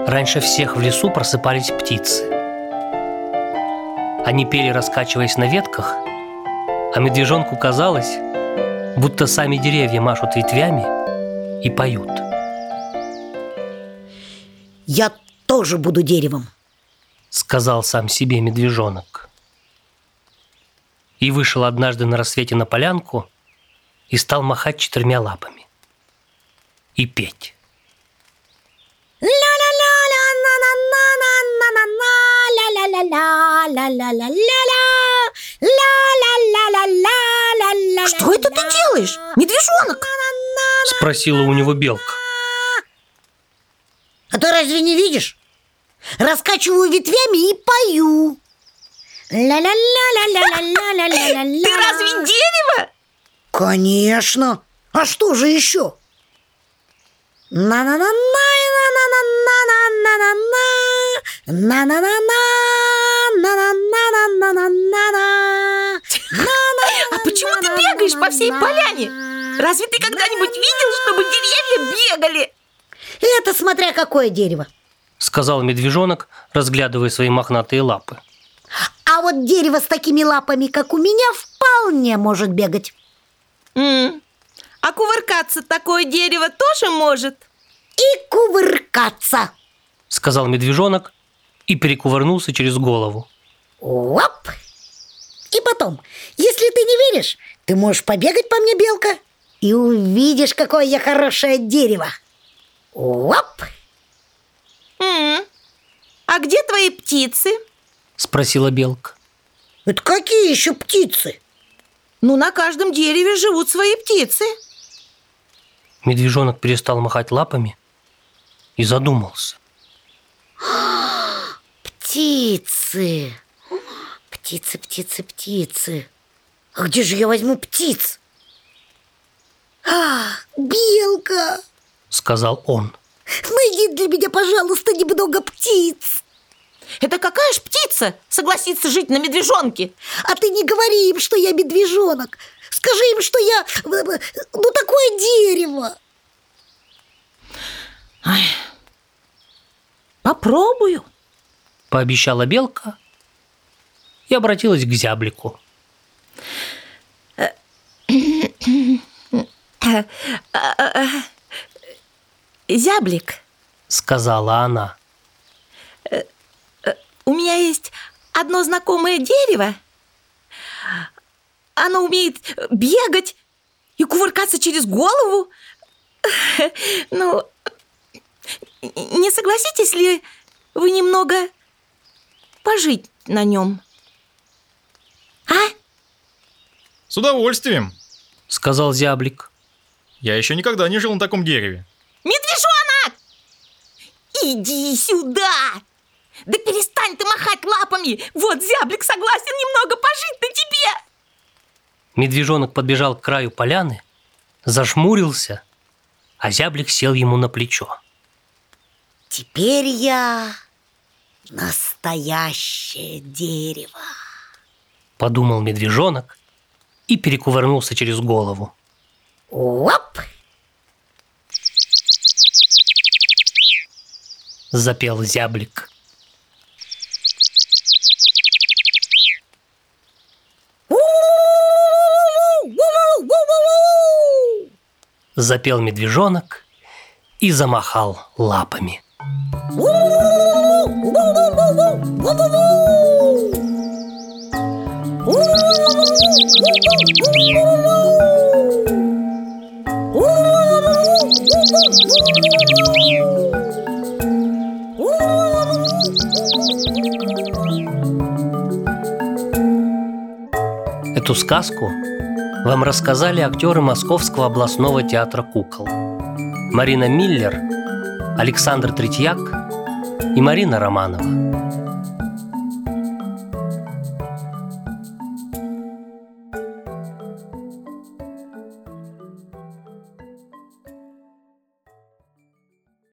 Раньше всех в лесу просыпались птицы. Они пели, раскачиваясь на ветках, а медвежонку казалось, будто сами деревья машут ветвями и поют. «Я тоже буду деревом», — сказал сам себе медвежонок. И вышел однажды на рассвете на полянку и стал махать 4 лапами и петь. «Что это ты делаешь, медвежонок?» — спросила у него белка. «А ты разве не видишь? Раскачиваю ветвями и пою. Ты разве дерево? Конечно. А что же еще? А почему ты бегаешь по всей поляне? Разве ты когда-нибудь видел, чтобы деревья бегали? Это смотря какое дерево, — сказал медвежонок, разглядывая свои мохнатые лапы. А вот дерево с такими лапами, как у меня, вполне может бегать. А кувыркаться такое дерево тоже может? И кувыркаться, — сказал медвежонок и перекувырнулся через голову. Оп! И потом, если ты не веришь, ты можешь побегать по мне, белка, и увидишь, какое я хорошее дерево. Оп! А где твои птицы? — спросила белка. Это какие еще птицы? Ну, на каждом дереве живут свои птицы. Медвежонок перестал махать лапами и задумался. Птицы! Птицы, птицы, птицы. А где же я возьму птиц? Белка! — сказал он. Найди для меня, пожалуйста, немного птиц. Это какая ж птица согласится жить на медвежонке? А ты не говори им, что я медвежонок. Скажи им, что я, такое дерево. Попробую, — пообещала белка и обратилась к зяблику. Зяблик, — сказала она. у меня есть одно знакомое дерево. Оно умеет бегать и кувыркаться через голову. Ну, не согласитесь ли вы немного пожить на нем? А? С удовольствием, — сказал зяблик. Я еще никогда не жил на таком дереве. Медвежонок! Иди сюда! Да перестань ты махать лапами! Вот зяблик согласен немного пожить на тебе! Медвежонок подбежал к краю поляны, зажмурился, а зяблик сел ему на плечо. Теперь я настоящее дерево, — подумал медвежонок и перекувырнулся через голову. Оп! — запел зяблик. Запел медвежонок и замахал лапами. Эту сказку вам рассказали актеры Московского областного театра кукол Марина Миллер, Александр Третьяк и Марина Романова.